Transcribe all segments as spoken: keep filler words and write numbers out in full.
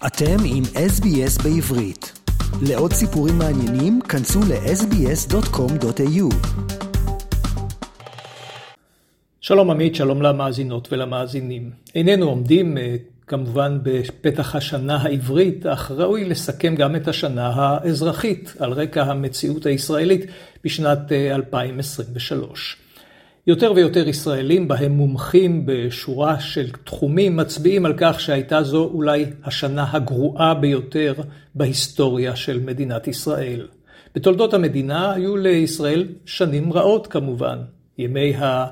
אתם עם אס בי אס בעברית. לעוד סיפורים מעניינים, כנסו ל-אס בי אס דוט קום דוט איי יו. שלום עמית, שלום למאזינות ולמאזינים. איננו עומדים כמובן בפתח השנה העברית, אך ראוי לסכם גם את השנה האזרחית על רקע המציאות הישראלית בשנת אלפיים עשרים ושלוש. יותר ויותר ישראלים בהם מומחים בשורה של תחומים מצביעים על כך שהייתה זו אולי השנה הגרועה ביותר בהיסטוריה של מדינת ישראל. בתולדות המדינה היו לישראל שנים רעות כמובן. ימי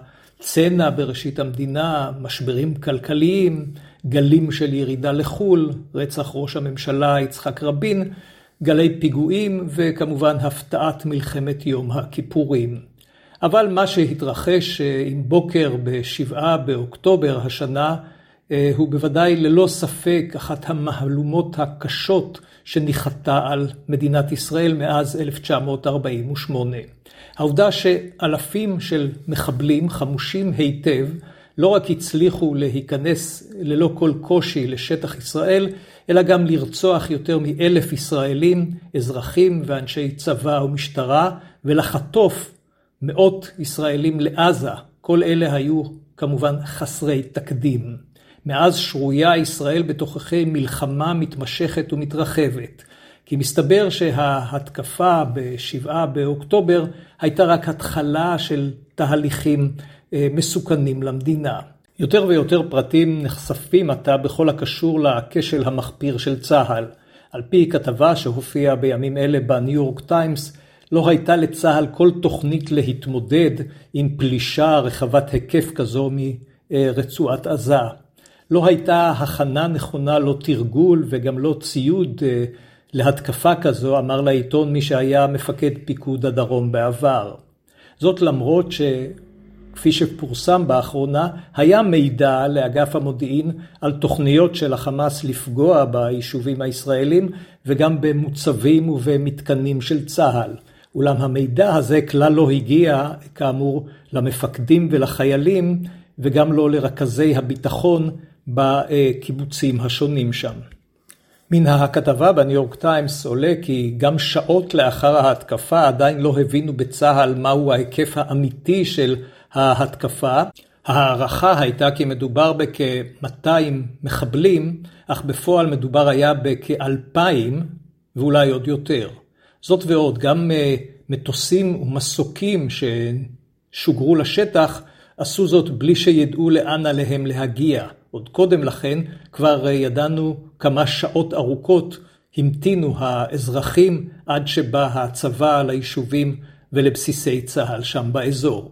הצנע בראשית המדינה, משברים כלכליים, גלים של ירידה לחול, רצח ראש הממשלה יצחק רבין, גלי פיגועים וכמובן הפתעת מלחמת יום הכיפורים. אבל מה שהתרחש עם בוקר בשבעה באוקטובר השנה, הוא בוודאי ללא ספק אחת המהלומות הקשות שניחתה על מדינת ישראל מאז אלף תשע מאות ארבעים ושמונה. העובדה שאלפים של מחבלים חמושים היטב לא רק הצליחו להיכנס ללא כל קושי לשטח ישראל, אלא גם לרצוח יותר מאלף ישראלים, אזרחים ואנשי צבא ומשטרה, ולחטוף מאות ישראלים לעזה. כל אלה היו כמובן חסרי תקדים. מאז שרויה ישראל בתוככי מלחמה מתמשכת ומתרחבת. כי מסתבר שההתקפה בשבעה באוקטובר הייתה רק התחלה של תהליכים מסוכנים למדינה. יותר ויותר פרטים נחשפים עתה בכל הקשור לכשל המחפיר של צה"ל. על פי כתבה שהופיעה בימים אלה בניו יורק טיימס, לא הייתה לצה"ל כל תוכנית להתמודד עם פלישה רחבת היקף כזו מרצועת עזה. לא הייתה הכנה נכונה, לא תרגול וגם לא ציוד להתקפה כזו, אמר לעיתון מי שהיה מפקד פיקוד הדרום בעבר. זאת למרות שכפי שפורסם באחרונה, היה מידע לאגף המודיעין על תוכניות של החמאס לפגוע ביישובים הישראלים וגם במוצבים ובמתקנים של צה"ל. אולם המידע הזה כלל לא הגיע, כאמור, למפקדים ולחיילים, וגם לא לרכזי הביטחון בקיבוצים השונים שם. מן הכתבה בניו יורק טיימס עולה כי גם שעות לאחר ההתקפה עדיין לא הבינו בצה"ל מהו ההיקף האמיתי של ההתקפה. הערכה הייתה כי מדובר בכ-מאתיים מחבלים, אך בפועל מדובר היה בכ-אלפיים ואולי עוד יותר. זאת ועוד, גם מטוסים ומסוקים ששוגרו לשטח עשו זאת בלי שידעו לאן עליהם להגיע. עוד קודם לכן כבר ידענו כמה שעות ארוכות המתינו האזרחים עד שבא הצבא ליישובים ולבסיסי צה"ל שם באזור.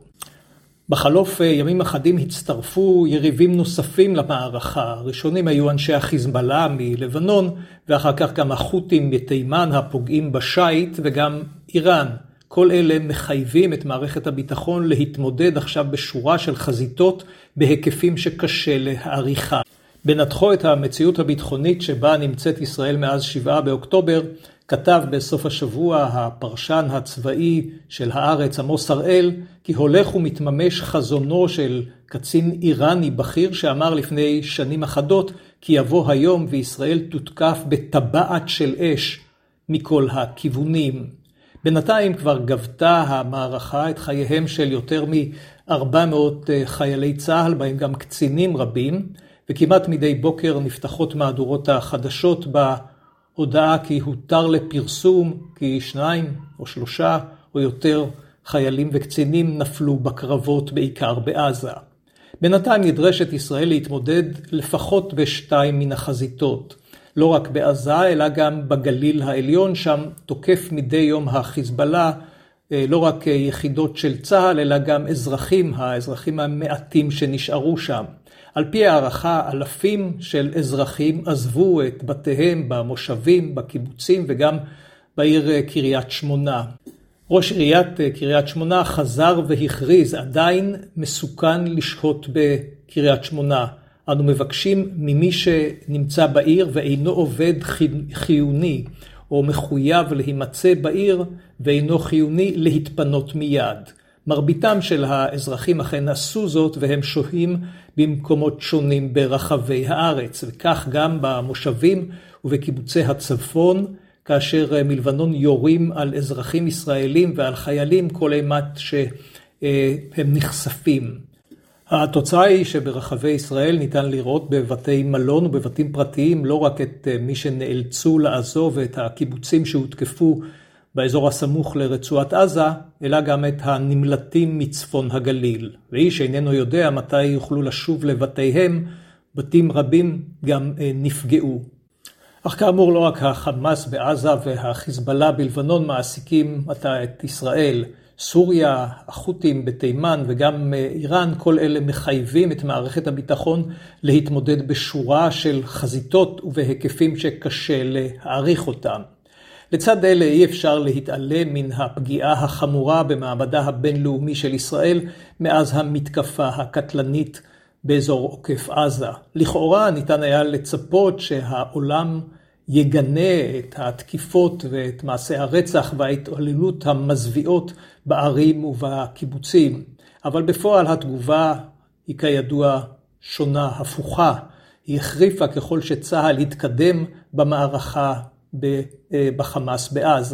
בחלוף ימים אחדים הצטרפו יריבים נוספים למערכה. הראשונים היו אנשי החיזבאללה מלבנון, ואחר כך גם החות'ים בתימן הפוגעים בשייט וגם איראן. כל אלה מחייבים את מערכת הביטחון להתמודד עכשיו בשורה של חזיתות בהיקפים שקשה להעריכה. בנתחו את המציאות הביטחונית שבה נמצאת ישראל מאז שבעה באוקטובר, כתב בסוף השבוע הפרשן הצבאי של הארץ עמוס הראל, כי הולך ומתממש חזונו של קצין איראני בכיר שאמר לפני שנים אחדות כי יבוא היום וישראל תותקף בטבעת של אש מכל הכיוונים. בינתיים כבר גבתה המערכה את חייהם של יותר מ-ארבע מאות חיילי צה"ל, בהם גם קצינים רבים, וכמעט מדי בוקר נפתחות מהדורות החדשות בהודעה כי הותר לפרסום כי שניים או שלושה או יותר חיילים וקצינים נפלו בקרבות בעיקר בעזה. בינתיים נדרשת ישראל להתמודד לפחות בשתיים מן החזיתות. לא רק בעזה אלא גם בגליל העליון, שם תוקף מדי יום החיזבאללה לא רק יחידות של צה"ל אלא גם אזרחים, האזרחים המעטים שנשארו שם. על פי הערכה אלפים של אזרחים עזבו את בתיהם במושבים, בקיבוצים וגם בעיר קריית שמונה. ראש עיריית קריית שמונה חזר והכריז עדיין מסוכן לשהות בקריית שמונה. אנו מבקשים ממי שנמצא בעיר ואינו עובד חיוני או מחויב להימצא בעיר ואינו חיוני להתפנות מיד. מרביתם של האזרחים אכן עשו זאת והם שוהים במקומות שונים ברחבי הארץ, וכך גם במושבים ובקיבוצי הצפון, כאשר מלבנון יורים על אזרחים ישראלים ועל חיילים כל אימת שהם נחשפים. התוצאה היא שברחבי ישראל ניתן לראות בבתי מלון ובבתים פרטיים לא רק את מי שנאלצו לעזוב את הקיבוצים שהותקפו באזור הסמוך לרצועת עזה, אלא גם את הנמלטים מצפון הגליל. ואיש איננו יודע מתי יוכלו לשוב לבתיהם, בתים רבים גם נפגעו. אך כאמור לא רק החמאס בעזה והחיזבאללה בלבנון מעסיקים עתה את ישראל. סוריה, החות'ים בתימן וגם איראן, כל אלה מחייבים את מערכת הביטחון להתמודד בשורה של חזיתות ובהיקפים שקשה להעריך אותם. לצד אלה אי אפשר להתעלם מן הפגיעה החמורה במעמדה הבינלאומי של ישראל מאז המתקפה הקטלנית באזור עוקף עזה. לכאורה ניתן היה לצפות שהעולם יגנה את התקיפות ואת מעשי הרצח וההתעללות המזוויעות בערים ובקיבוצים, אבל בפועל התגובה היא כידוע שונה, הפוכה. היא החריפה ככל שצה"ל התקדם במערכה בחמאס בעזה.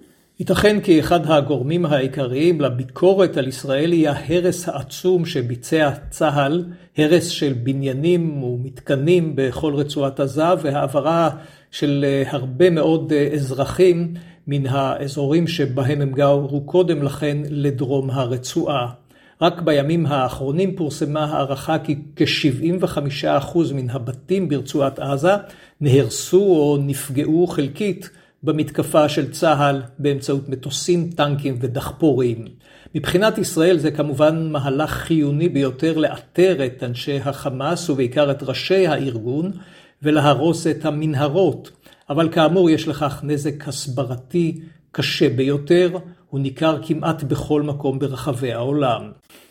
ייתכן כי אחד הגורמים העיקריים לביקורת על ישראל היא ההרס העצום שביצע צה"ל, הרס של בניינים ומתקנים בכל רצועת עזה והעברה של הרבה מאוד אזרחים מן האזורים שבהם הם גרו קודם לכן לדרום הרצועה. רק בימים האחרונים פורסמה הערכה כי כ-שבעים וחמישה אחוז מן הבתים ברצועת עזה נהרסו או נפגעו חלקית במתקפה של צה"ל באמצעות מטוסים, טנקים ודחפורים. מבחינת ישראל זה כמובן מהלך חיוני ביותר לאתר את אנשי החמאס ובעיקר את ראשי הארגון ולהרוס את המנהרות. אבל כאמור יש לכך נזק הסברתי קשה ביותר, הוא ניכר כמעט בכל מקום ברחבי העולם.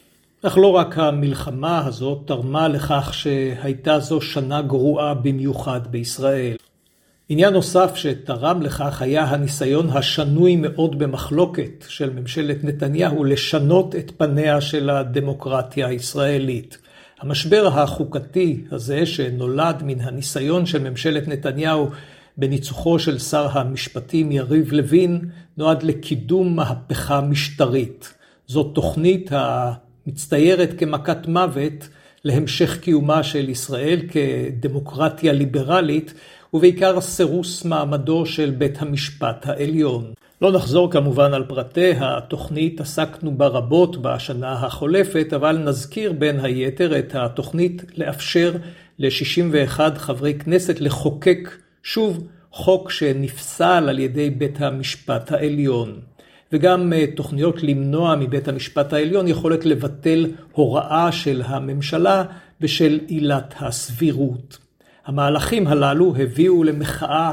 אך לא רק המלחמה הזאת תרמה לכך שהייתה זו שנה גרועה במיוחד בישראל. עניין נוסף שתרם לכך היה הניסיון השנוי מאוד במחלוקת של ממשלת נתניהו לשנות את פניה של הדמוקרטיה הישראלית. המשבר החוקתי הזה שנולד מן הניסיון של ממשלת נתניהו בניצוחו של שר המשפטים יריב לוין נועד לקידום מהפכה משטרית. זאת תוכנית המצטיירת כמכת מוות להמשך קיומה של ישראל כדמוקרטיה ליברלית ובעיקר סירוס מעמדו של בית המשפט העליון. לא נחזור כמובן על פרטי התוכנית, עסקנו בה רבות בשנה החולפת, אבל נזכיר בין היתר את התוכנית לאפשר ל-שישים ואחד חברי כנסת לחוקק שוב חוק שנפסל על ידי בית המשפט העליון. וגם תוכניות למנוע מבית המשפט העליון יכולת לבטל הוראה של הממשלה בשל עילת הסבירות. המהלכים הללו הביאו למחאה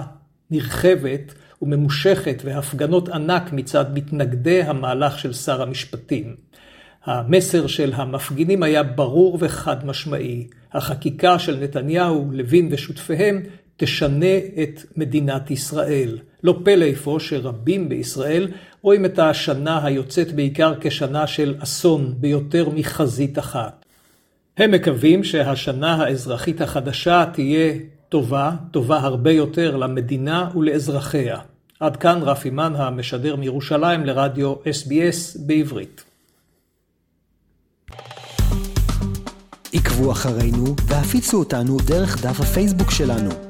נרחבת וממושכת והפגנות ענק מצד מתנגדי המהלך של שר המשפטים. המסר של המפגינים היה ברור וחד משמעי. החקיקה של נתניהו, לוין ושותפיהם תשנה את מדינת ישראל. לא פלא אפוא שרבים בישראל רואים את השנה היוצאת בעיקר כשנה של אסון ביותר מחזית אחת. הם מקווים שהשנה האזרחית החדשה תהיה טובה, טובה הרבה יותר למדינה ולאזרחיה. עד כאן רפי מן המשדר מירושלים לרדיו אס בי אס בעברית. עקבו אחרינו והפיצו אותנו דרך דף הפייסבוק שלנו.